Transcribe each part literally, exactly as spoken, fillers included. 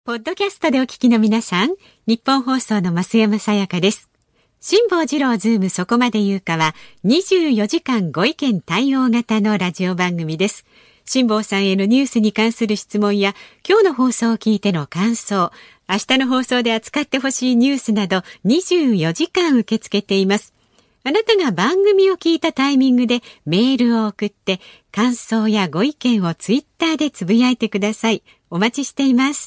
ポッドキャストでお聞きの皆さん、日本放送の増山さやかです。辛坊治郎ズームそこまで言うかはにじゅうよじかんご意見対応型のラジオ番組です。辛坊さんへのニュースに関する質問や今日の放送を聞いての感想、明日の放送で扱ってほしいニュースなどにじゅうよじかん受け付けています。あなたが番組を聞いたタイミングでメールを送って感想やご意見をツイッターでつぶやいてください。お待ちしています。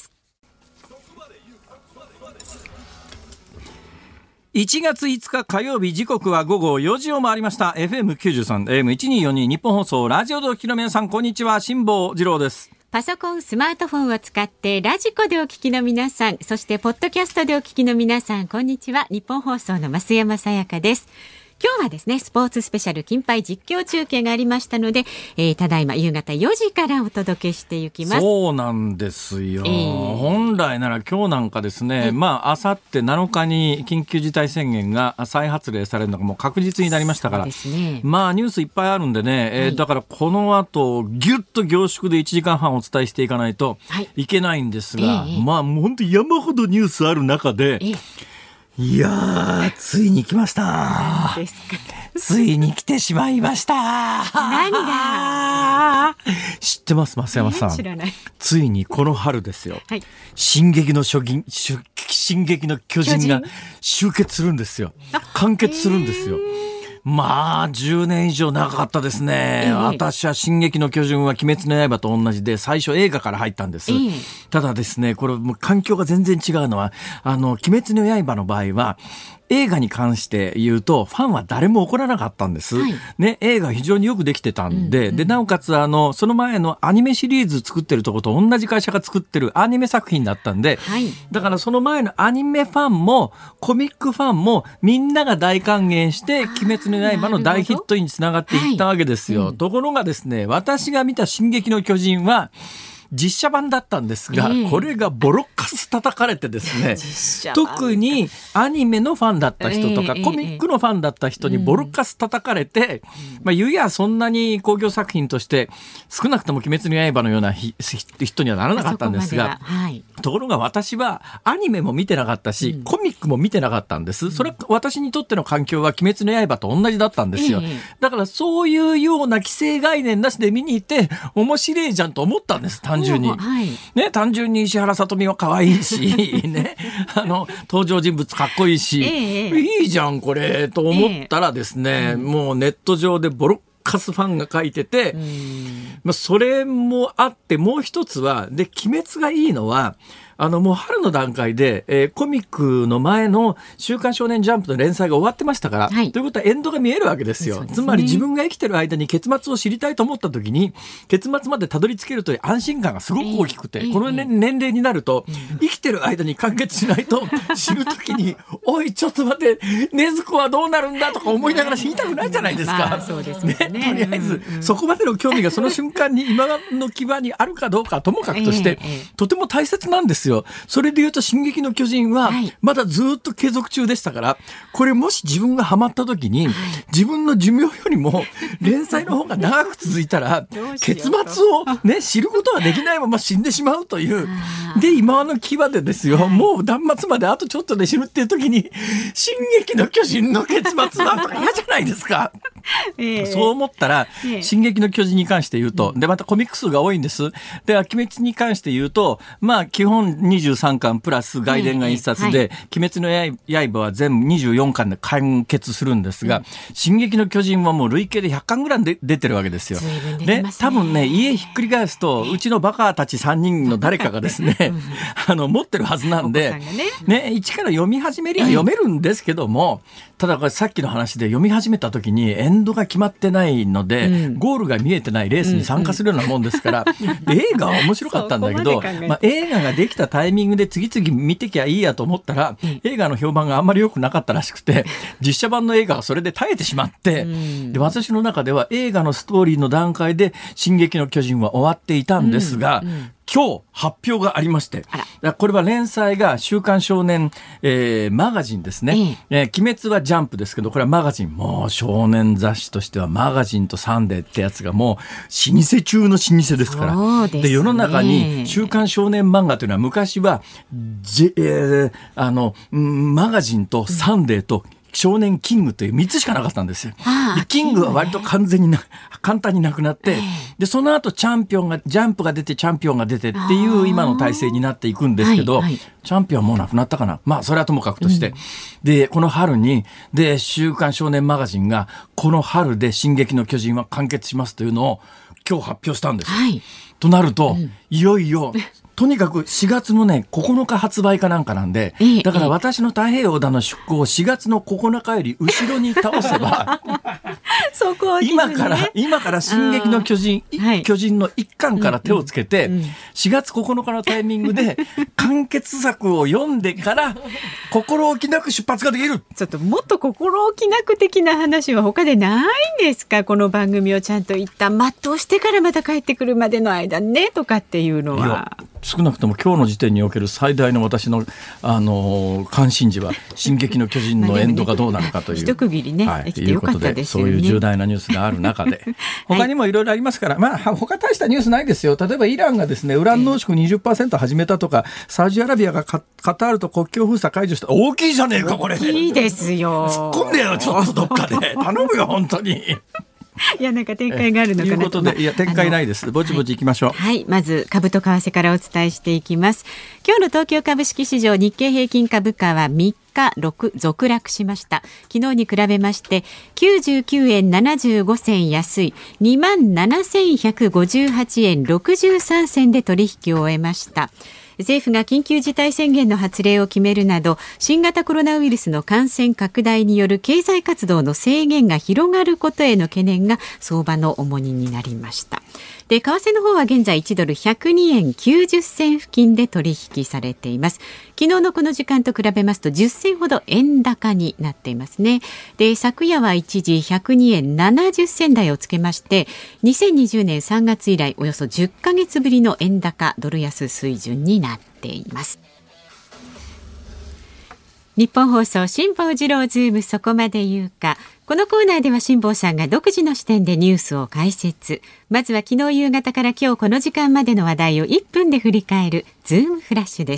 いちがついつか火曜日、時刻は午後よじを回りました。 エフエムきゅうじゅうさん エーエムせんにひゃくよんじゅうに 日本放送ラジオでお聞きの皆さん、こんにちは。辛坊治郎です。 パソコン、スマートフォンを使ってラジコでお聞きの皆さん、そしてポッドキャストでお聞きの皆さん、こんにちは。日本放送の増山さやかです。今日はですね、スポーツスペシャル金杯実況中継がありましたので、えー、ただいま夕方よじからお届けしていきます。 そうなんですよ、えー、本来なら今日なんかですね、 はい、 まああさってなのかに緊急事態宣言が再発令されるのがもう確実になりましたから、 そうですね、 まあニュースいっぱいあるんでね、えーはい、だからこの後ギュッと凝縮でいちじかんはんお伝えしていかないといけないんですが、はい、えー、まあもう本当に山ほどニュースある中で、えーいやー、ついに来ました。 何ですか？ ついに来てしまいました。 何だ？ 知ってます、増山さん。 知らない。 ついにこの春ですよ。はい、進撃の巨人、進撃の巨人が集結するんですよ。完結するんですよ。まあじゅうねん以上長かったですね、えー、私は進撃の巨人は鬼滅の刃と同じで最初映画から入ったんです、えー、ただですねこれもう環境が全然違うのはあの鬼滅の刃の場合は映画に関して言うとファンは誰も怒らなかったんです、はいね、映画非常によくできてたんで、うんうん、でなおかつあのその前のアニメシリーズ作ってるとこと同じ会社が作ってるアニメ作品だったんで、はい、だからその前のアニメファンもコミックファンもみんなが大歓迎して鬼滅の刃の大ヒットにつながっていったわけですよ、はいうん、ところがですね私が見た進撃の巨人は実写版だったんですが、えー、これがボロッカス叩かれてですね特にアニメのファンだった人とか、えー、コミックのファンだった人にボロッカス叩かれて、うんまあ、言うやそんなに興行作品として少なくとも鬼滅の刃のような人にはならなかったんですが、はい、ところが私はアニメも見てなかったし、うん、コミックも見てなかったんです。それは私にとっての環境は鬼滅の刃と同じだったんですよ、えー、だからそういうような既成概念なしで見に行って面白いじゃんと思ったんです。単純に、はいね、単純に石原さとみは可愛いし、ね、あの登場人物かっこいいし、えー、いいじゃんこれと思ったらですね、えー、もうネット上でボロッカスファンが書いてて、まあ、それもあってもう一つはで鬼滅がいいのはあのもう春の段階で、えー、コミックの前の週刊少年ジャンプの連載が終わってましたから、はい、ということはエンドが見えるわけですよ。ですね、つまり自分が生きてる間に結末を知りたいと思った時に結末までたどり着けるという安心感がすごく大きくて、えー、この、ね、年齢になると、えー、生きてる間に完結しないと知る時においちょっと待って禰豆子はどうなるんだとか思いながら死にたくないじゃないですか、まあそうですねね、とりあえず、うんうん、そこまでの興味がその瞬間に今の基盤にあるかどうかはともかくとして、えーえー、とても大切なんですよ。それでいうと進撃の巨人はまだずっと継続中でしたから、はい、これもし自分がハマった時に、はい、自分の寿命よりも連載の方が長く続いたら結末を、ね、知ることができないまま死んでしまうというで今の際でですよ、はい、もう断末まであとちょっとで死ぬっていう時に進撃の巨人の結末はとか嫌じゃないですかえー、そう思ったら、えー、進撃の巨人に関して言うと、でまたコミック数が多いんです。で鬼滅に関して言うとまあ基本にじゅうさんかんプラス外伝が一冊で、えーはい、鬼滅の刃は全部にじゅうよんかんで完結するんですが、うん、進撃の巨人はもう累計でひゃっかんぐらいで出てるわけですよ。で、ね、多分ね家ひっくり返すとうちのバカたちさんにんの誰かがですね、うん、あの持ってるはずなんで、ねね、一から読み始めりゃ読めるんですけども、ただこれさっきの話で読み始めた時にエンドが決まってないので、うん、ゴールが見えてないレースに参加するようなもんですから、うんうん、映画は面白かったんだけど、まあ、映画ができたタイミングで次々見てきゃいいやと思ったら、うん、映画の評判があんまり良くなかったらしくて実写版の映画がそれで耐えてしまって、うん、で私の中では映画のストーリーの段階で進撃の巨人は終わっていたんですが、うんうん、 今日発表がありまして、これは連載が週刊少年、えー、マガジンですね、えーえー、鬼滅はジャンプですけど、これはマガジン、もう少年雑誌としてはマガジンとサンデーってやつがもう老舗中の老舗ですから。 で, で世の中に週刊少年漫画というのは昔は、J えー、あのマガジンとサンデーと少年キングというみっつしかなかったんですよ。でキングは割と完全にな簡単になくなって、でその後チャンピオンがジャンプが出てチャンピオンが出てっていう今の体制になっていくんですけど、はいはい、チャンピオンはもうなくなったかな。まあそれはともかくとして、うん、でこの春にで週刊少年マガジンがこの春で進撃の巨人は完結しますというのを今日発表したんです、はい、となると、うん、いよいよとにかくしがつのねここのか発売かなんかなんで、だから私の太平洋だの出港をしがつのここのかより後ろに倒せばそこを、ね、 今から今から進撃の巨人、はい、巨人の一巻から手をつけて、うんうん、しがつここのかのタイミングで完結作を読んでから心置きなく出発ができる。 ちょっともっと心置きなく的な話は他でないんですか。この番組をちゃんと一旦全うしてからまた帰ってくるまでの間ねとかっていうのは。 少なくとも今日の時点における最大の私の、あのー、関心事は進撃の巨人のエンドがどうなるかという一区切りね、はい、できてよかったですよね。 そういう重大なニュースがある中で他にもいろいろありますから、まあ、他大したニュースないですよ。例えばイランがですねウラン濃縮 にじゅっパーセント 始めたとか、サウジアラビアがカタールと国境封鎖解除した。大きいじゃねえかこれ。 大きいですよ。 突っ込んでよちょっとどっかで頼むよ本当に。 いやなんか展開があるのかなということで、いや展開ないです。ぼちぼち行きましょう。 はい、はい、まず株と為替からお伝えしていきます。今日の東京株式市場日経平均株価はみっか続落しました。昨日に比べましてきゅうじゅうきゅうえんななじゅうごせん安い にまんななせんひゃくごじゅうはちえんろくじゅうさんせんで取引を終えました。政府が緊急事態宣言の発令を決めるなど新型コロナウイルスの感染拡大による経済活動の制限が広がることへの懸念が相場の重荷になりました。で、為替の方は現在いちドルひゃくにえんきゅうじゅっせん付近で取引されています。昨日のこの時間と比べますとじゅっせんほど円高になっていますね。で、昨夜は一時ひゃくにえんななじゅっせん台をつけましてにせんにじゅうねんさんがつ以来およそじゅっかげつぶりの円高ドル安水準になっています。日本放送辛坊治郎ズームそこまで言うか。このコーナーでは辛坊さんが独自の視点でニュースを解説。まずは昨日夕方から今日この時間までの話題をいっぷんで振り返るズームフラッシュです。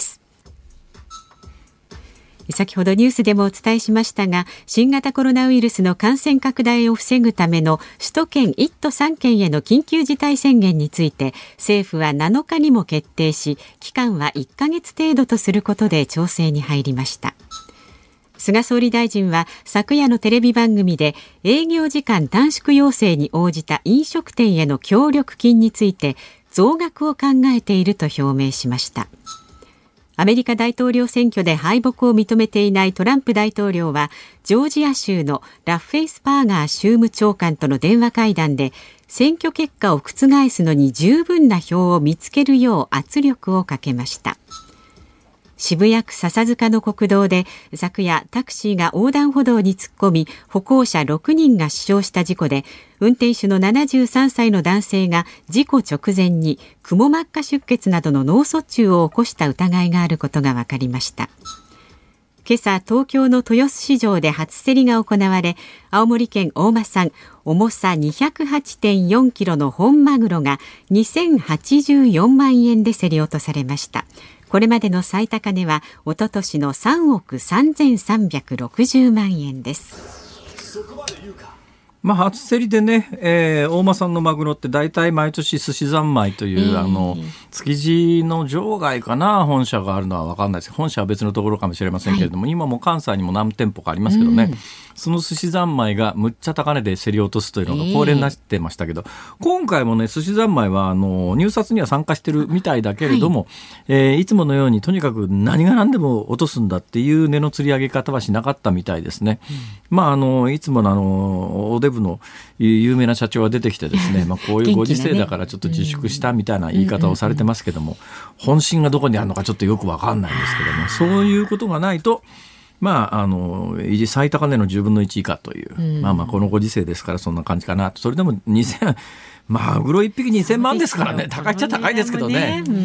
先ほどニュースでもお伝えしましたが、新型コロナウイルスの感染拡大を防ぐための首都圏いっ都さんけんへの緊急事態宣言について政府はなのかにも決定し、期間はいっかげつ程度とすることで調整に入りました。菅総理大臣は昨夜のテレビ番組で営業時間短縮要請に応じた飲食店への協力金について増額を考えていると表明しました。アメリカ大統領選挙で敗北を認めていないトランプ大統領はジョージア州のラフェイスパーガー州務長官との電話会談で選挙結果を覆すのに十分な票を見つけるよう圧力をかけました。渋谷区笹塚の国道で昨夜タクシーが横断歩道に突っ込み歩行者ろくにんが死傷した事故で、運転手のななじゅうさんさいの男性が事故直前にくも膜下出血などの脳卒中を起こした疑いがあることが分かりました。今朝東京の豊洲市場で初競りが行われ、青森県大間産重さ にひゃくはちてんよんキロの本マグロがにせんはちじゅうよんまんえんで競り落とされました。これまでの最高値はおととしのさんおくさんぜんさんびゃくろくじゅうまんえんです。 まあ、初競りでね、えー、大間産のマグロって大体毎年寿司三昧という、えー、あの築地の場外かな本社があるのは分かんないです。本社は別のところかもしれませんけれども、はい、今も関西にも何店舗かありますけどね、うん、その寿司三昧がむっちゃ高値で競り落とすというのが恒例になってましたけど、えー、今回もね寿司三昧はあの入札には参加してるみたいだけれども、はいえー、いつものようにとにかく何が何でも落とすんだっていう値の釣り上げ方はしなかったみたいですね、うん、まああのいつものあのおデブの有名な社長が出てきてですね、まあ、こういうご時世だからちょっと自粛したみたいな言い方をされてますけども、本心がどこにあるのかちょっとよく分かんないんですけども、そういうことがないとまあ、あの最高値のじゅうぶんのいち以下という、うん、まあまあこのご時世ですからそんな感じかなと。それでもにせんマグロいっぴきにせんまんですからね、高いっちゃ高いですけどね、うん、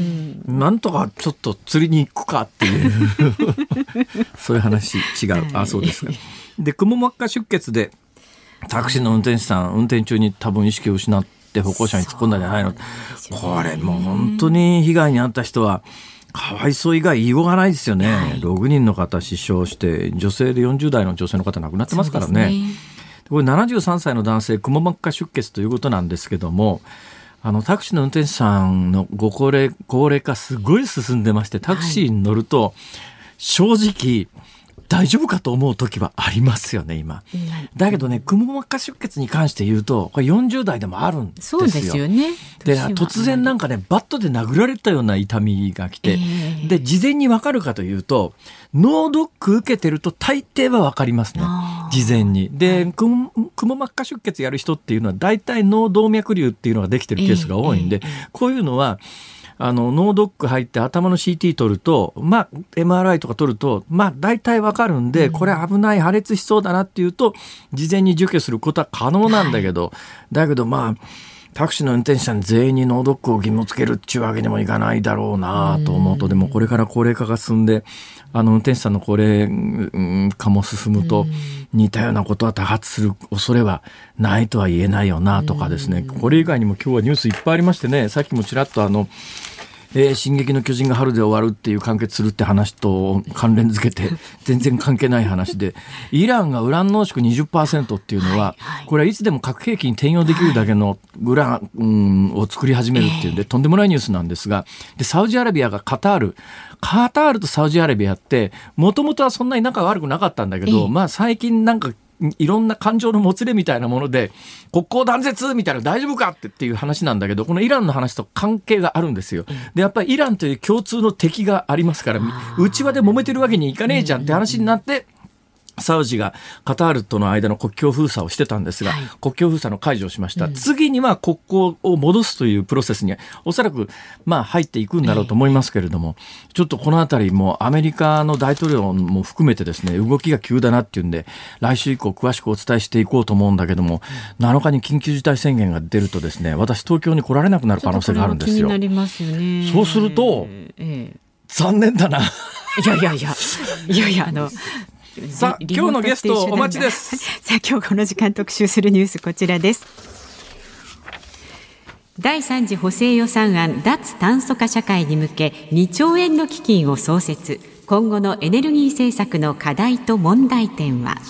なんとかちょっと釣りに行くかっていうそういう話違う、あ、そうですか。で、くも膜下出血でタクシーの運転手さん運転中に多分意識を失って歩行者に突っ込んだんじゃないの、ね、これもう本当に被害に遭った人はかわいそう以外言いようがないですよね、はい、ろくにんの方死傷して女性でよんじゅう代の女性の方亡くなってますからね。これななじゅうさんさいの男性くも膜下出血ということなんですけども、あのタクシーの運転手さんのご高齢高齢化すごい進んでまして、タクシーに乗ると正直大丈夫かと思う時はありますよね今、うん、だけどね、くも膜下出血に関して言うとこれよんじゅう代でもあるんですよ。 そうですよね。 で、突然なんかねバットで殴られたような痛みが来て、えー、で事前に分かるかというと脳ドック受けてると大抵は分かりますね、事前に。で、くも膜下出血やる人っていうのは大体脳動脈瘤っていうのができてるケースが多いんで、えーえー、こういうのはあの脳ドック入って頭の シーティー 取ると、まあ、エムアールアイ とか取ると、まあ、大体わかるんで、これ危ない破裂しそうだなっていうと事前に除去することは可能なんだけど、はい、だけどまあタクシーの運転手さん全員に脳ドックを義務付けるっていうわけにもいかないだろうなと思うと、でもこれから高齢化が進んであの運転手さんの高齢化も進むと似たようなことは多発する恐れはないとは言えないよなとかですね。これ以外にも今日はニュースいっぱいありましてね、さっきもちらっとあのえー、進撃の巨人が春で終わるっていう完結するって話と関連付けて全然関係ない話で、イランがウラン濃縮 にじゅっパーセント っていうのは、これはいつでも核兵器に転用できるだけのウラン、うん、を作り始めるっていうんでとんでもないニュースなんですが、でサウジアラビアがカタールカタールとサウジアラビアってもともとはそんなに仲悪くなかったんだけど、まあ最近なんかいろんな感情のもつれみたいなもので国交断絶みたいな大丈夫かってっていう話なんだけど、このイランの話と関係があるんですよ。でやっぱりイランという共通の敵がありますから、内輪で揉めてるわけにいかねえじゃんって話になって、サウジがカタールとの間の国境封鎖をしてたんですが、はい、国境封鎖の解除をしました、うん、次には国交を戻すというプロセスにおそらくまあ入っていくんだろうと思いますけれども、えー、ちょっとこのあたりもアメリカの大統領も含めてですね動きが急だなっていうんで来週以降詳しくお伝えしていこうと思うんだけども、うん、なのかに緊急事態宣言が出るとですね、私東京に来られなくなる可能性があるんですよ。 気になりますよね。 そうすると、えー、残念だな。いやいやいやいやいやあのさあ今日のゲストお待ちです。 さあ今日この時間特集するニュースこちらです。だいさん次補正予算案脱炭素化社会に向けにちょうえんの基金を創設。今後のエネルギー政策の課題と問題点は。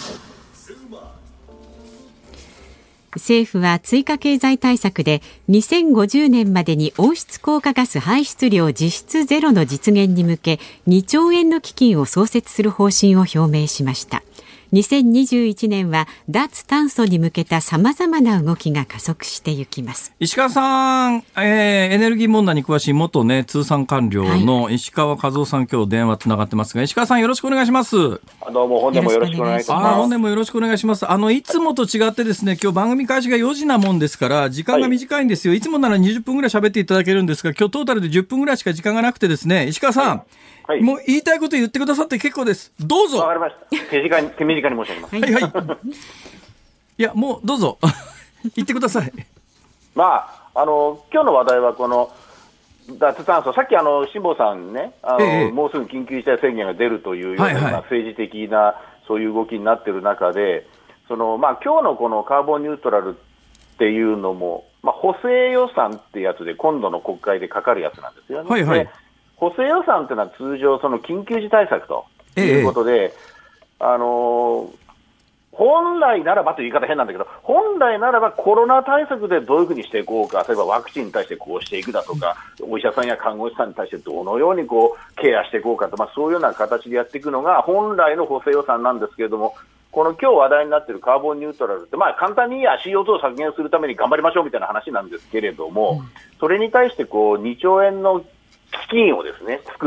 政府は追加経済対策でにせんごじゅうねんまでに温室効果ガス排出量実質ゼロの実現に向けにちょうえんの基金を創設する方針を表明しました。にせんにじゅういちねんは脱炭素に向けたさまざまな動きが加速していきます。 石川さん、えー、エネルギー問題に詳しい元、ね、通産官僚の石川和夫さん、今日電話つながってますが、石川さんよろしくお願いします。 どうも本年もよろしくお願いします。 あ本年もよろしくお願いします。あのいつもと違ってですね、今日番組開始がよじなもんですから時間が短いんですよ、はい、いつもならにじゅっぷんぐらい喋っていただけるんですが、今日トータルでじゅっぷんぐらいしか時間がなくてですね、石川さん、はいはい、もう言いたいこと言ってくださって結構です。どうぞ。 わかりました。手短に手短に申し上げます。 はいはい。いやもうどうぞ言ってください。 まああの今日の話題はこの脱炭素、さっきあの辛坊さんね、あの、ええ、もうすぐ緊急事態宣言が出るというような、はいはい、政治的なそういう動きになっている中で、そのまあ今日のこのカーボンニュートラルっていうのも、まあ、補正予算ってやつで今度の国会でかかるやつなんですよね。はいはい、補正予算というのは通常その緊急事対策ということで、ええ、あの本来ならばという言い方変なんだけど、本来ならばコロナ対策でどういうふうにしていこうか、例えばワクチンに対してこうしていくだとか、お医者さんや看護師さんに対してどのようにこうケアしていこうかと、まあ、そういうような形でやっていくのが本来の補正予算なんですけれども、この今日話題になっているカーボンニュートラルって、まあ、簡単に言えば シーオーツー を削減するために頑張りましょうみたいな話なんですけれども、うん、それに対してこうにちょうえんの基金をですね作って、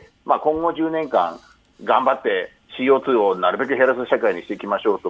まあ、今後じゅうねんかん頑張って シーオーツー をなるべく減らす社会にしていきましょうと、まあ、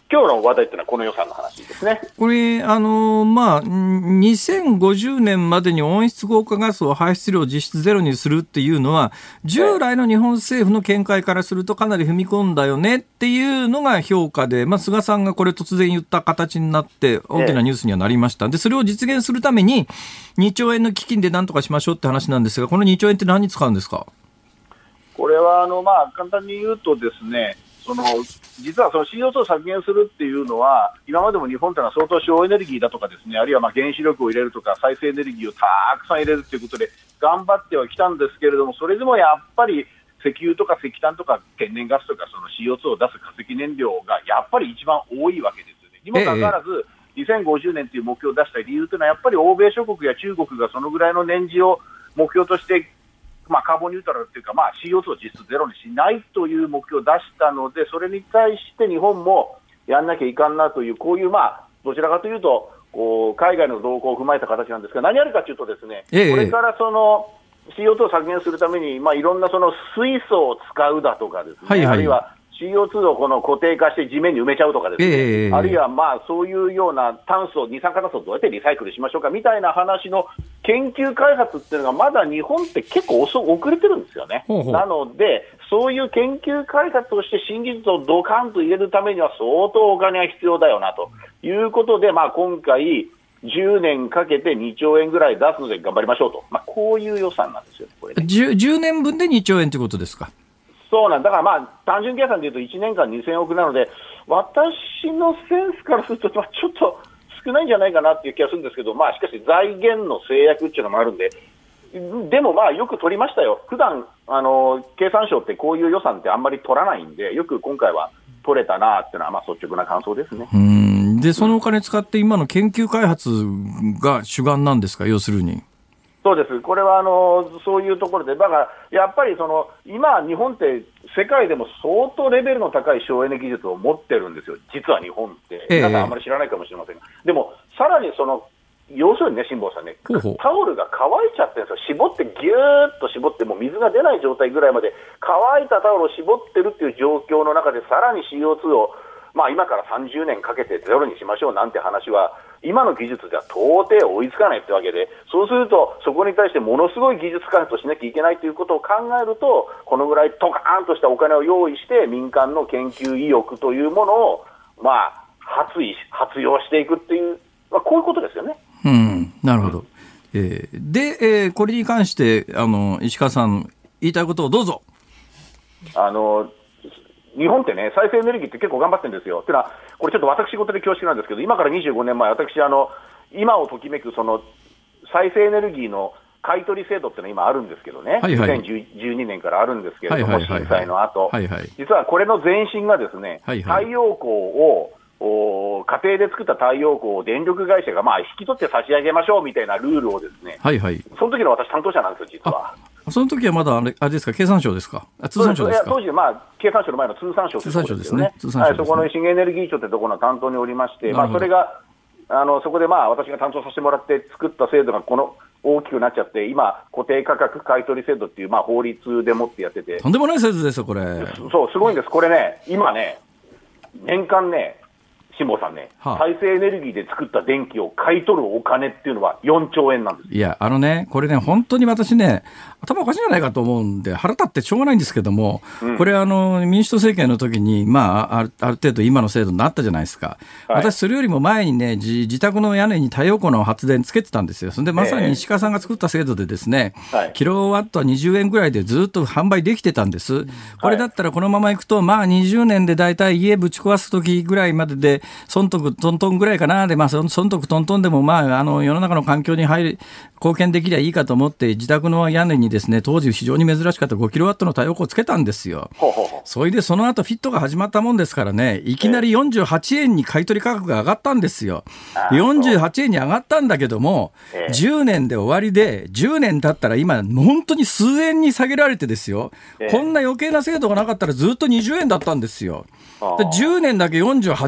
今日の話題というのはこの予算の話ですね。 これ、あのまあ、にせんごじゅうねんまでに温室効果ガスを排出量を実質ゼロにするっていうのは、従来の日本政府の見解からするとかなり踏み込んだよねっていうのが評価で、まあ、菅さんがこれ突然言った形になって大きなニュースにはなりました。で、それを実現するためににちょうえんの基金で何とかしましょうって話なんですが、このにちょうえんって何に使うんですか？ これはあの、まあ、簡単に言うとですね、その実はその シーオーツー を削減するっていうのは、今までも日本というのは相当省エネルギーだとかですね、あるいはまあ原子力を入れるとか再生エネルギーをたくさん入れるということで頑張ってはきたんですけれども、それでもやっぱり石油とか石炭とか天然ガスとかその シーオーツー を出す化石燃料がやっぱり一番多いわけですよね。にもかかわらず、ええ、にせんごじゅうねんという目標を出した理由というのは、やっぱり欧米諸国や中国がそのぐらいの年次を目標としてまあ、カーボンニュートラルというか、まあ、シーオーツー を実質ゼロにしないという目標を出したので、それに対して日本もやんなきゃいかんなという、こういう、まあ、どちらかというとこう海外の動向を踏まえた形なんですが、何あるかというとですね、ええ、これからその シーオーツー を削減するために、まあ、いろんなその水素を使うだとかですね、はいはい、あるいは シーオーツー をこの固定化して地面に埋めちゃうとかですね、えー、あるいはまあそういうような炭素、二酸化炭素をどうやってリサイクルしましょうかみたいな話の研究開発っていうのがまだ日本って結構遅遅れてるんですよね。ほうほう。なのでそういう研究開発をして新技術をドカンと入れるためには相当お金が必要だよなということで、まあ、今回じゅうねんかけてにちょうえんぐらい出すので頑張りましょうと、まあ、こういう予算なんですよ、これね。 10, じゅうねんぶんでにちょうえんということですか？ そうなんだから、まあ、単純計算でいうといちねんかんにせんおくなので、私のセンスからすると、まあ、ちょっと少ないんじゃないかなっていう気がするんですけど、まあ、しかし財源の制約っていうのもあるんで、でもまあよく取りましたよ。普段あの経産省ってこういう予算ってあんまり取らないんで、よく今回は取れたなっていうのはまあ率直な感想ですね。 うーんで、そのお金使って今の研究開発が主眼なんですか？要するに。 そうです。これはあのそういうところで、だからやっぱりその今日本って世界でも相当レベルの高い省エネ技術を持ってるんですよ。実は日本って皆さんあんまり知らないかもしれませんが、ええ、でもさらにその要するにね、辛坊さんね、ほうほう、タオルが乾いちゃってるんですよ。絞ってぎゅーっと絞ってもう水が出ない状態ぐらいまで乾いたタオルを絞ってるっていう状況の中で、さらに シーオーツー をまあ今からさんじゅうねんかけてゼロにしましょうなんて話は今の技術では到底追いつかないってわけで、そうするとそこに対してものすごい技術開発をしなきゃいけないということを考えると、このぐらいドカーンとしたお金を用意して民間の研究意欲というものをまあ発意発用していくっていう、まあ、こういうことですよね。 うん、なるほど。えー、で、えー、これに関してあの石川さん言いたいことをどうぞ。 あの日本ってね、再生エネルギーって結構頑張ってるんですよ。っていうのは、これちょっと私事で恐縮なんですけど、今からにじゅうごねんまえ、私あの今をときめくその再生エネルギーの買い取り制度っていうのは今あるんですけどね、はいはい、にせんじゅうにねんからあるんですけれども、はいはいはいはい、震災の後、はいはい、実はこれの前身がですね、はいはい、太陽光を家庭で作った太陽光を電力会社がまあ引き取って差し上げましょうみたいなルールをですね、はいはい、その時の私担当者なんですよ、実は。 その時はまだあれ、あれですか、経産省ですか？あ、通産省ですか？ 当時、まあ、経産省の前の通産省というところですよね。通産省ですね。はい、そこの資源エネルギー庁というところの担当におりまして、まあ、それがあのそこでまあ私が担当させてもらって作った制度がこの大きくなっちゃって、今、固定価格買取制度っていうまあ法律でもってやってて、 とんでもない制度ですよ、これ。 そう、すごいんです、これね、今ね、年間ね、辛坊さんね、はあ、再生エネルギーで作った電気を買い取るお金っていうのはよんちょうえんなんです。 いや、あのね、これね、本当に私ね、頭おかしいんじゃないかと思うんで、腹立ってしょうがないんですけども、うん、これあの、民主党政権の時に、まあ、ある、ある程度今の制度になったじゃないですか。はい、私、それよりも前にね、自、自宅の屋根に太陽光の発電つけてたんですよ。それで、まさに石川さんが作った制度でですね、えー、キロワットはにじゅうえんぐらいでずっと販売できてたんです。これだったらこのままいくと、まあ、にじゅうねんでだいたい家ぶち壊す時ぐらいまでで、損得トントンぐらいかな。で、まあ、損得トントンでも、まあ、あの、世の中の環境に入り、貢献できりゃいいかと思って、自宅の屋根にですね、当時非常に珍しかったごキロワットの太陽光をつけたんですよ。ほうほうほう。それでその後フィットが始まったもんですからね、いきなりよんじゅうはちえんに買い取り価格が上がったんですよ。よんじゅうはちえんに上がったんだけども、じゅうねんで終わりで、じゅうねん経ったら今、本当に数円に下げられてですよ。こんな余計な制度がなかったらずっとにじゅうえんだったんですよ。でじゅうねんだけよんじゅうはちえんで、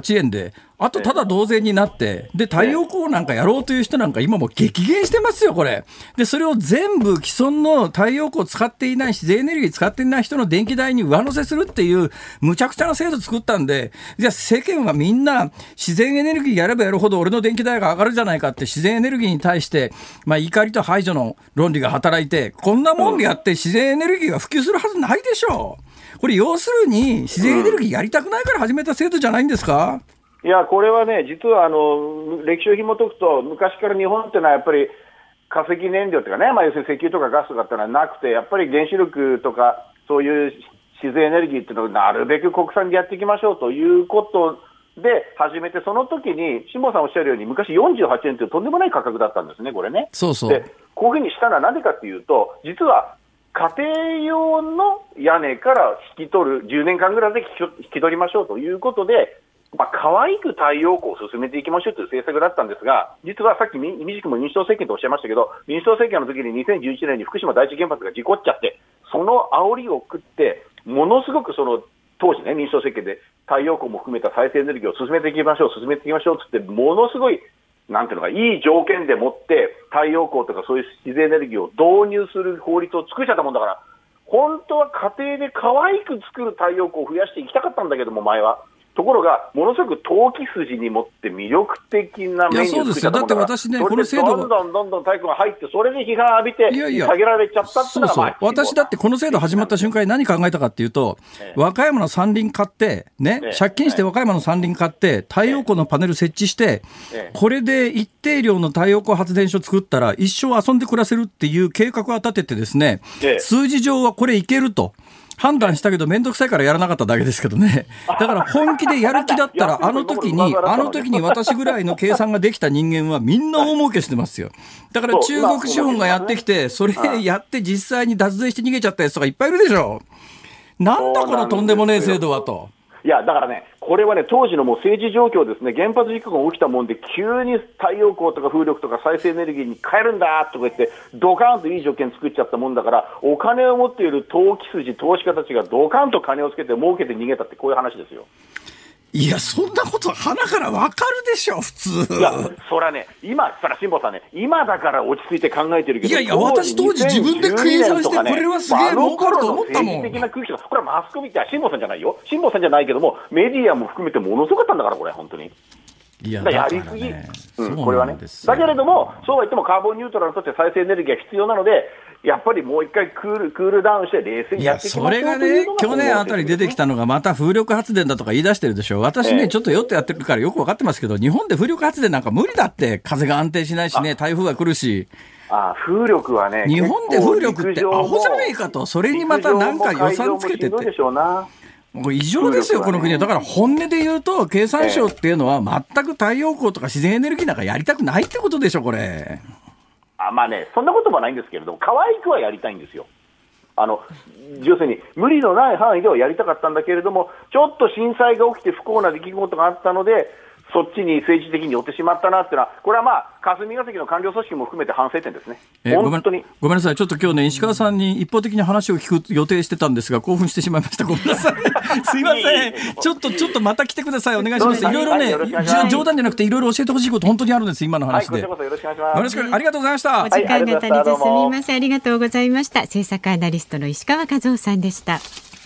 て、あとただ同然になって、で太陽光なんかやろうという人なんか今もう激減してますよこれ。でそれを全部既存の太陽光を使っていない自然エネルギー使っていない人の電気代に上乗せするっていうむちゃくちゃな制度作ったんで、じゃあ世間はみんな自然エネルギーやればやるほど俺の電気代が上がるじゃないかって自然エネルギーに対して、まあ、怒りと排除の論理が働いて、こんなもんでやって自然エネルギーが普及するはずないでしょう。これ要するに自然エネルギーやりたくないから始めた制度じゃないんですか。 いや、これはね、実はあの歴史を紐解くと、昔から日本っていうのはやっぱり化石燃料というかね、まあ、要するに石油とかガスとかっていうのはなくて、やっぱり原子力とかそういう自然エネルギーっていうのをなるべく国産でやっていきましょうということで始めて、その時に辛坊さんおっしゃるように昔よんじゅうはちえんというとんでもない価格だったんですね、これね。 そうそう。 でこういうふうにしたのはなぜかというと、実は家庭用の屋根から引き取るじゅうねんかんぐらいで引き取りましょうということで、まあ、可愛く太陽光を進めていきましょうという政策だったんですが、実はさっきみじくも民主党政権とおっしゃいましたけど、民主党政権の時ににせんじゅういちねんに福島第一原発が事故っちゃって、その煽りを食ってものすごくその当時ね、民主党政権で太陽光も含めた再生エネルギーを進めていきましょう進めていきましょうってってものすごいなんていうのか、いい条件でもって太陽光とかそういう自然エネルギーを導入する法律を作っちゃったもんだから、本当は家庭で可愛く作る太陽光を増やしていきたかったんだけども、前は。ところがものすごく投機筋にもって魅力的なメニューを作っちゃったもんだから、 いやそうですよ。だって私ね、この制度どんどんどんどん太陽光が入って、それで批判浴びて下げられちゃったっていうのが、 そうそう、私だってこの制度始まった瞬間に何考えたかっていうと、ええ、和歌山の山林買ってね、ええ、借金して和歌山の山林買って太陽光のパネル設置して、ええ、これで一定量の太陽光発電所作ったら一生遊んで暮らせるっていう計画を立ててですね、ええ、数字上はこれいけると判断したけどめんどくさいからやらなかっただけですけどね。だから本気でやる気だったらあの時にあの時に私ぐらいの計算ができた人間はみんな大儲けしてますよ。だから中国資本がやってきてそれやって実際に脱税して逃げちゃったやつとかいっぱいいるでしょ。なんだこのとんでもねえ制度はと。 いやだからね、これはね、当時のもう政治状況ですね、原発事故が起きたもんで、急に太陽光とか風力とか再生エネルギーに変えるんだとか言って、ドカーンといい条件作っちゃったもんだから、お金を持っている投機筋、投資家たちがドカーンと金をつけて儲けて逃げたって、こういう話ですよ。 いや、そんなこと鼻からわかるでしょ、普通。 いや、それはね、今、そら辛坊さんね、今だから落ち着いて考えてるけど、 いやいや、私当時自分で計算して、これはすげえ儲かると思ったもん。 政治的な空気とか、これはマスコミって、辛坊さんじゃないよ、辛坊さんじゃないけども、メディアも含めてものすごかったんだから、これ、本当に。 いや、 だからやりすぎ、うん、これはね。だけれども、そうは言ってもカーボンニュートラルにとって再生エネルギーが必要なので、やっぱりもう一回クール、クールダウンして冷静にやっていきましょう。 いや、それがね、去年あたり出てきたのがまた風力発電だとか言い出してるでしょ。私ね、ええ、ちょっと酔ってやってるからよく分かってますけど、日本で風力発電なんか無理だって。風が安定しないしね、台風が来るし。 ああ、風力はね、 日本で風力ってアホじゃねえかと。それにまたなんか予算つけてって。もう異常ですよ、この国は。だから本音で言うと、経産省っていうのは全く太陽光とか自然エネルギーなんかやりたくないってことでしょ、これ。 あ、まあね、そんなこともないんですけれども、可愛くはやりたいんですよ。あの要するに無理のない範囲ではやりたかったんだけれども、ちょっと震災が起きて不幸な出来事があったので、そっちに政治的に寄ってしまったなっていうのは、これはまあ霞が関の官僚組織も含めて反省点ですね。 えー、本当にごめんなさい、ちょっと今日ね、石川さんに一方的に話を聞く予定してたんですが、興奮してしまいました。ごめんなさい。すいません。ちょっとちょっとまた来てください。お願いします。いろいろね、冗談じゃなくていろいろ教えてほしいこと本当にあるんです。今の話で。 はい、こちらこそよろしくお願いします。 よろしく、ありがとうございました。 お時間が足りずすみません。ありがとうございました。政策アナリストの石川和夫さんでした。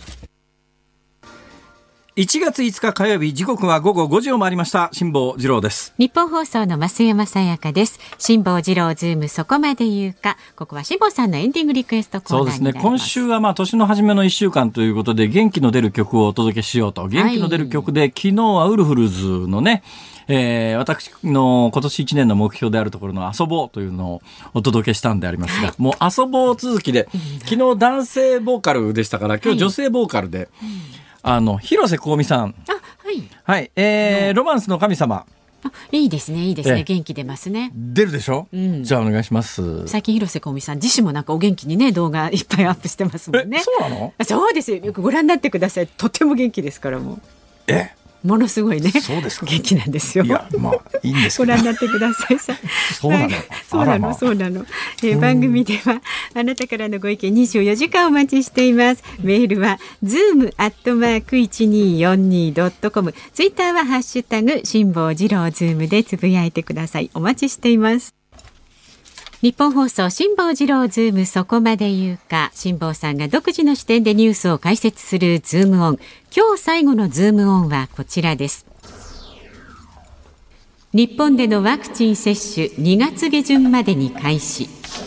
いちがついつか火曜日、時刻は午後ごじを回りました。辛坊治郎です。 日本放送の増山さやかです。辛坊治郎ズームそこまで言うか。ここは辛坊さんのエンディングリクエストコーナーになります。 そうですね。今週はまあ年の初めのいっしゅうかんということで、元気の出る曲をお届けしようと。元気の出る曲で、はい、昨日はウルフルズのね、えー、私の今年いちねんの目標であるところの遊ぼうというのをお届けしたんでありますが、はい、もう遊ぼう続きで、昨日男性ボーカルでしたから、今日女性ボーカルで、はい、あの広瀬香美さん、 あ、はい、 はい、えー、ロマンスの神様。 あ、いいですね、いいですね、元気出ますね。 出るでしょ、うん、じゃあお願いします。 最近広瀬香美さん自身もなんかお元気にね、動画いっぱいアップしてますもんね。 え、そうなの？ そうですよ、よくご覧になってください。とても元気ですから。もうえものすごいね。 そうですか。 元気なんですよ。 いや、まあいいんですけど。 ご覧になってくださいさ。 そうなの。 そうなの、そうなの。えー、番組ではあなたからのご意見にじゅうよじかんお待ちしています。メールは ズーム アットマーク いちにーよんにー ドットコム、ツイッターはハッシュタグ辛坊治郎ズームでつぶやいてください。お待ちしています。日本放送辛坊治郎ズームそこまで言うか、辛坊さんが独自の視点でニュースを解説するズームオン。今日最後のズームオンはこちらです。日本でのワクチン接種にがつげじゅんまでに開始。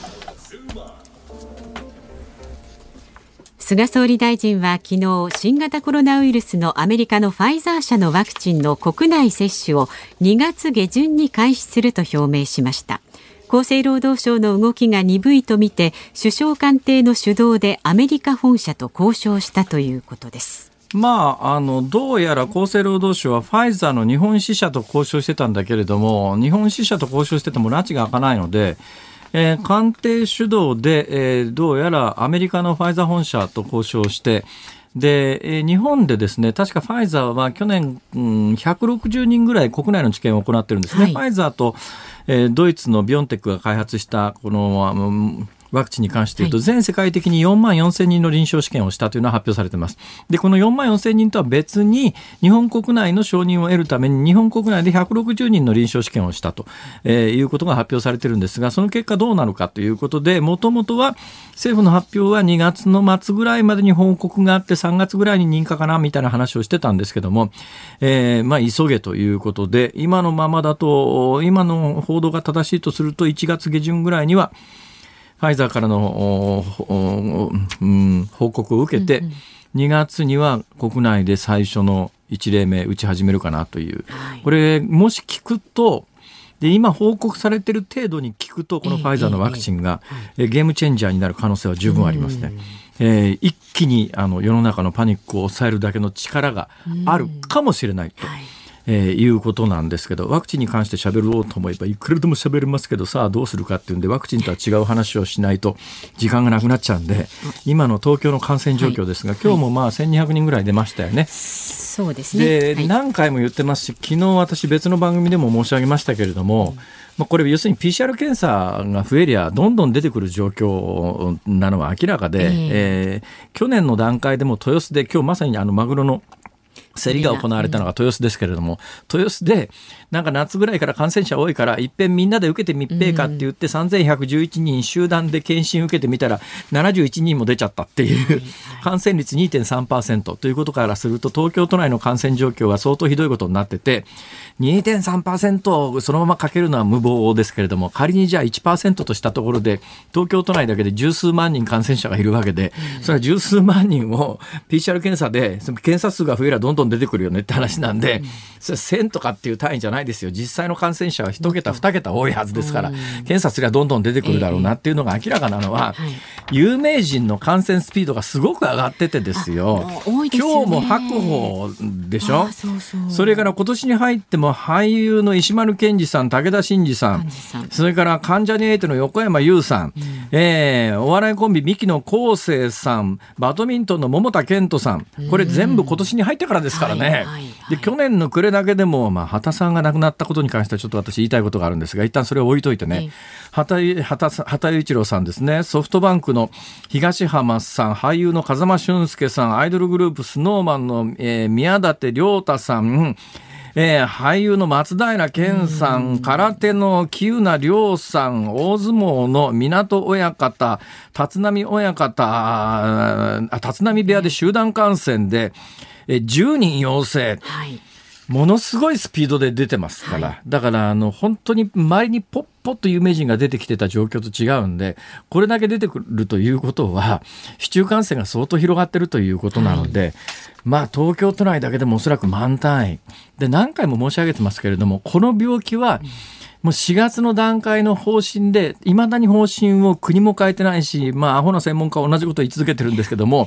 菅総理大臣は昨日、新型コロナウイルスのアメリカのファイザー社のワクチンの国内接種をにがつげじゅんに開始すると表明しました。厚生労働省の動きが鈍いとみて、首相官邸の主導でアメリカ本社と交渉したということです。 まあ、あのどうやら厚生労働省はファイザーの日本支社と交渉してたんだけれども、日本支社と交渉してても拉致が開かないので、えー、官邸主導で、えー、どうやらアメリカのファイザー本社と交渉して、で、えー、日本でですね、確かファイザーは去年、うん、ひゃくろくじゅうにんぐらい国内の治験を行ってるんですね。はい、ファイザーと、えー、ドイツのビオンテックが開発したこの、うんワクチンに関して言うと、全世界的によんまんよんせんにんの臨床試験をしたというのは発表されています。で、このよんまんよんせんにんとは別に、日本国内の承認を得るために、日本国内でひゃくろくじゅうにんの臨床試験をしたと、えー、いうことが発表されているんですが、その結果どうなるかということで、もともとは政府の発表はにがつの末ぐらいまでに報告があって、さんがつぐらいに認可かなみたいな話をしてたんですけども、えー、まあ急げということで、今のままだと、今の報道が正しいとすると、いちがつげじゅんぐらいには、ファイザーからの、うん、報告を受けて、うんうん、にがつには国内で最初のいち例目打ち始めるかなという、はい、これもし聞くと、で今報告されている程度に聞くと、このファイザーのワクチンが、えーえー、ゲームチェンジャーになる可能性は十分ありますね。えー、一気にあの世の中のパニックを抑えるだけの力があるかもしれないと。はい、えー、いうことなんですけど、ワクチンに関して喋ろうと思えばいくらでも喋れますけど、さあどうするかっていうんで、ワクチンとは違う話をしないと時間がなくなっちゃうんで、今の東京の感染状況ですが、はい、今日もまあせんにひゃくにんぐらい出ましたよね。 そうですね。 で、 はい、 何回も言ってますし、昨日私別の番組でも申し上げましたけれども、うんまあ、これ要するに ピーシーアール 検査が増えりゃどんどん出てくる状況なのは明らかで、えーえー、去年の段階でも豊洲で今日まさにあのマグロの競りが行われたのが豊洲ですけれども、豊洲でなんか夏ぐらいから感染者多いからいっぺんみんなで受けてみっぺーかって言ってさんぜんひゃくじゅういちにん集団で検診受けてみたらななじゅういちにんも出ちゃったっていう感染率 にてんさんパーセント ということからすると、東京都内の感染状況は相当ひどいことになってて、 にてんさんパーセント をそのままかけるのは無謀ですけれども、仮にじゃあ いちパーセント としたところで東京都内だけで十数万人感染者がいるわけで、それは十数万人を ピーシーアール 検査でその検査数が増えればどんどん出てくるよねって話なんで、それせんとかっていう単位じゃないですよ。実際の感染者はいち桁に桁多いはずですから、検査すればどんどん出てくるだろうなっていうのが明らかなのは、有名人の感染スピードがすごく上がっててですよ。今日も白鵬でしょ。そうそう、それから今年に入っても俳優の石丸謙二さん、武田真治さん、それから関ジャニエイトの横山裕さん、うんえー、お笑いコンビミキの昴生さん、バドミントンの桃田賢斗さん、これ全部今年に入ってからですからね。はいはいはい、で去年の暮れだけでも、まあ、畑さんが亡くなったことに関してはちょっと私言いたいことがあるんですが、一旦それを置いといてね、はい、畑, 畑, 畑雄一郎さんですね、ソフトバンクの東浜さん、俳優の風間俊介さん、アイドルグループスノーマンの、えー、宮舘涼太さん、えー、俳優の松平健さん、空手の喜友名諒さん、大相撲の湊親方、立浪親方、立浪部屋で集団感染でえじゅうにん陽性、はい、ものすごいスピードで出てますから、はい、だからあの本当に周りにポッポッと有名人が出てきてた状況と違うんで、これだけ出てくるということは市中感染が相当広がってるということなので、はい、まあ東京都内だけでもおそらく満単位で、何回も申し上げてますけれども、この病気はもうしがつの段階の方針で、いまだに方針を国も変えてないし、まあアホな専門家は同じことを言い続けてるんですけども、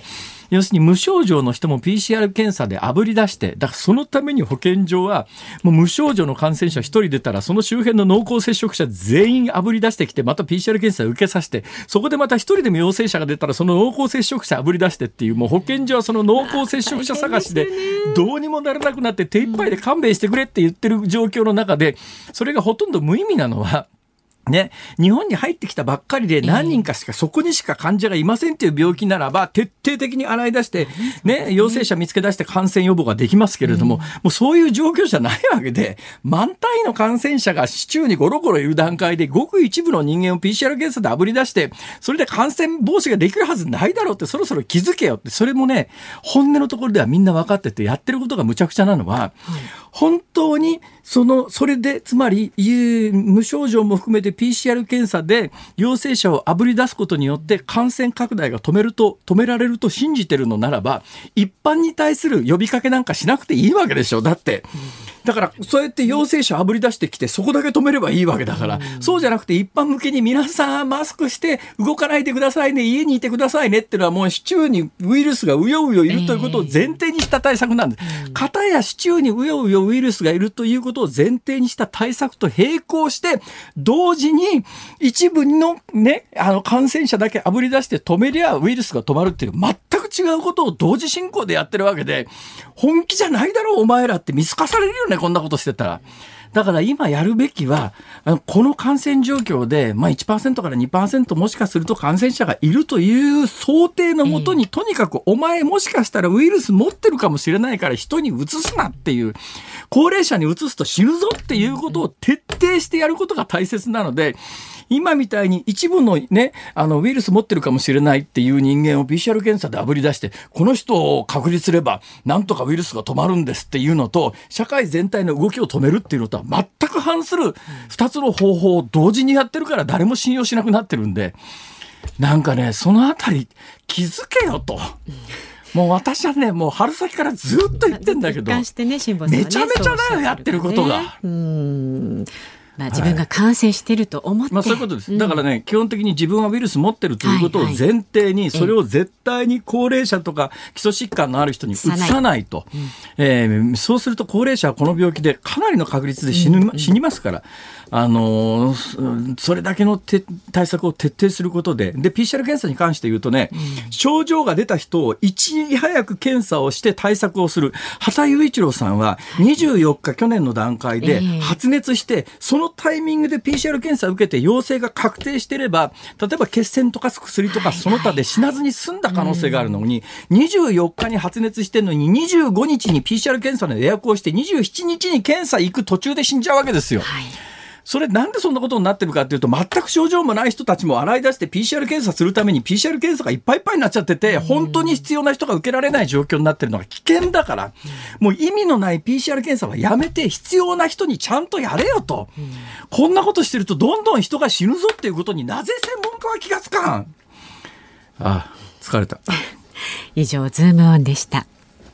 要するに無症状の人も ピーシーアール 検査であぶり出して、だからそのために保健所はもう無症状の感染者ひとり出たらその周辺の濃厚接触者全員あぶり出してきて、また ピーシーアール 検査を受けさせて、そこでまたひとりでも陽性者が出たらその濃厚接触者あぶり出してっていう、もう保健所はその濃厚接触者探しでどうにもならなくなって手一杯で勘弁してくれって言ってる状況の中で、それがほとんど無意味なのはね、日本に入ってきたばっかりで何人かしか、そこにしか患者がいませんっていう病気ならば徹底的に洗い出して、ね、陽性者見つけ出して感染予防ができますけれども、もうそういう状況じゃないわけで、満単位の感染者が市中にゴロゴロいる段階でごく一部の人間を ピーシーアール 検査であぶり出して、それで感染防止ができるはずないだろうって、そろそろ気づけよって、それもね、本音のところではみんな分かってて、やってることがむちゃくちゃなのは、本当にそのそれでつまり無症状も含めて ピーシーアール 検査で陽性者をあぶり出すことによって感染拡大が止めると止められると信じてるのならば、一般に対する呼びかけなんかしなくていいわけでしょ。だってだからそうやって陽性者をあぶり出してきてそこだけ止めればいいわけだから、そうじゃなくて一般向けに皆さんマスクして動かないでくださいね、家にいてくださいねっていうのは、もう市中にウイルスがうようよいるということを前提にした対策なんです。かたや市中にうようよウイルスがいるということを前提にした対策と並行して、同時に一部のね、あの感染者だけあぶり出して止めりゃウイルスが止まるっていう全く違うことを同時進行でやってるわけで、本気じゃないだろうお前らって見透かされるよね、こんなことしてたら。だから今やるべきは、あのこの感染状況で、まあ、いちパーセント から にパーセント もしかすると感染者がいるという想定のもとに、とにかくお前もしかしたらウイルス持ってるかもしれないから人に移すなっていう、高齢者に移すと死ぬぞっていうことを徹底してやることが大切なので、今みたいに一部のね、あのウイルス持ってるかもしれないっていう人間を ピーシーアール 検査であぶり出して、この人を隔離すればなんとかウイルスが止まるんですっていうのと、社会全体の動きを止めるっていうのとは全く反するふたつの方法を同時にやってるから誰も信用しなくなってるんで、なんかね、そのあたり気づけよと。もう私はね、もう春先からずっと言ってんだけど、 ね、めちゃめちゃだよ、やってることが。 うーん、まあ、自分が感染してると思って、 はい、まあ、そういうことです。だからね、うん、基本的に自分はウイルス持ってるということを前提に、それを絶対に高齢者とか基礎疾患のある人にうつさないと、うん、えー、そうすると高齢者はこの病気でかなりの確率で死ぬ、うん、死にますから、あのー、それだけの対策を徹底することで、で ピーシーアール 検査に関して言うとね、うん、症状が出た人をいちにち早く検査をして対策をする。畑雄一郎さんはにじゅうよっか、去年の段階で発熱して、そのタイミングで ピーシーアール 検査を受けて陽性が確定していれば、例えば血栓溶かす薬とかその他で死なずに済んだ可能性があるのに、にじゅうよっかに発熱してるのににじゅうごにちに ピーシーアール 検査の予約をしてにじゅうしちにちに検査行く途中で死んじゃうわけですよ。はい、それなんでそんなことになってるかっていうと、全く症状もない人たちも洗い出して ピーシーアール 検査するために ピーシーアール 検査がいっぱいいっぱいになっちゃってて、本当に必要な人が受けられない状況になってるのが危険だから、もう意味のない ピーシーアール 検査はやめて必要な人にちゃんとやれよと。こんなことしてるとどんどん人が死ぬぞっていうことになぜ専門家は気がつかん。ああ、疲れた。 以上ズームオンでした。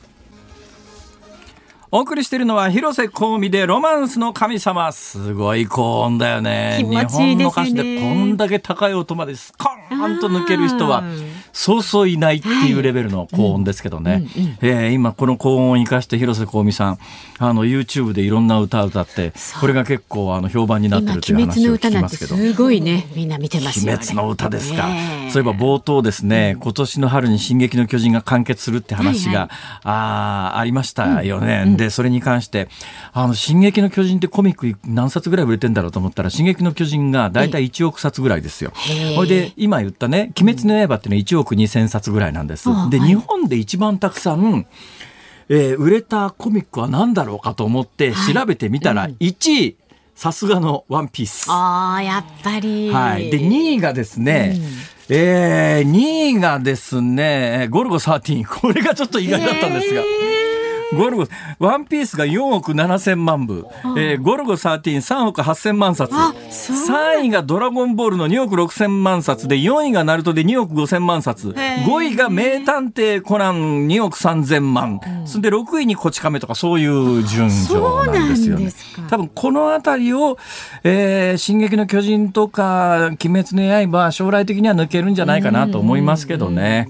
お送りしているのは広瀬香美でロマンスの神様。すごい高音だよね。 気持ちいいですね。 日本の歌詞でこんだけ高い音までスコーンと抜ける人はそうそういないっていうレベルの高音ですけどね、はい、うんうん、えー、今この高音を生かして広瀬香美さん、あの YouTube でいろんな歌を歌って、これが結構あの評判になってるという話を聞きますけど、 すごいね、みんな見てますよね。 鬼滅の歌ですか、ね、そういえば冒頭ですね、うん、今年の春に進撃の巨人が完結するって話が、はいはい、あ, ありましたよね、うんうん、でそれに関してあの進撃の巨人ってコミック何冊ぐらい売れてんだろうと思ったら、進撃の巨人がだいたいいちおくさつぐらいですよ。それで今言ったね、鬼滅の刃っていうのはいちおくにせんさつぐらいなんです。で、日本で一番たくさん、えー、売れたコミックは何だろうかと思って調べてみたら、いちい、さすがのワンピース。 ああ、やっぱり。 はい。で、にいがですね、うん、えー、にいがですね、ゴルゴじゅうさん。これがちょっと意外だったんですが。ゴルゴ、ワンピースがよんおくななせんまんぶ、えー、ゴルゴじゅうさん、さんおくはっせんまんさつ、さんいがドラゴンボールのにおくろくせんまんさつで、よんいがナルトでにおくごせんまんさつ、ごいが名探偵コナンにおくさんぜんまん、うん、それでろくいにこち亀とかそういう順序なんですよね。多分このあたりを、えー、進撃の巨人とか鬼滅の刃は将来的には抜けるんじゃないかなと思いますけどね。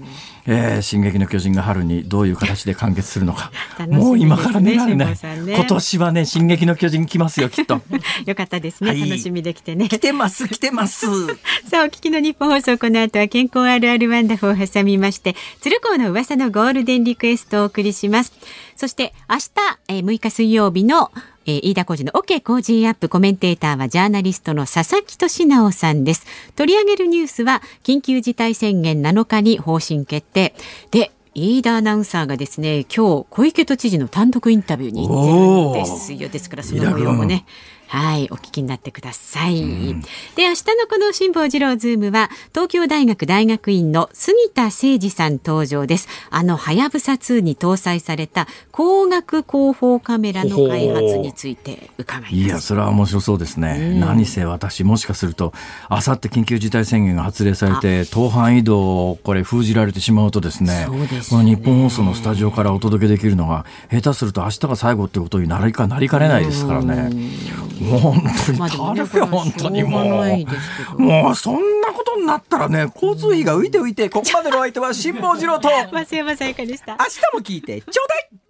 えー、進撃の巨人が春にどういう形で完結するのかもう今からね、ね、今年はね進撃の巨人来ますよきっとよかったですね、はい、楽しみできてね。 来てます来てますさあお聞きの日本放送、この後は健康あるあるワンダフを挟みまして鶴光の噂のゴールデンリクエストをお送りします。そして明日、えー、むいか水曜日のえー、飯田浩司の OK 工事アップ、コメンテーターはジャーナリストの佐々木俊直さんです。取り上げるニュースは緊急事態宣言なのかに方針決定で、飯田アナウンサーがですね今日小池都知事の単独インタビューに行ってるんですよ。ですからその模様もね、はい、お聞きになってください、うん、で明日のこの辛坊治郎ズームは東京大学大学院の杉田誠二さん登場です。あのはやぶさツーに搭載された光学広報カメラの開発について伺います。 いやそれは面白そうですね、うん、何せ私もしかするとあさって緊急事態宣言が発令されて当番移動をこれ封じられてしまうとですね、 そうですね、 この日本放送のスタジオからお届けできるのが下手すると明日が最後ってことになりかなりかねないですからね。もう本当に頼むよ、本当にもうもうそんなことになったらね交通費が浮いて浮いてここまでのお相手は辛坊治郎と増山さやかでした。 明日も聞いてちょうだい。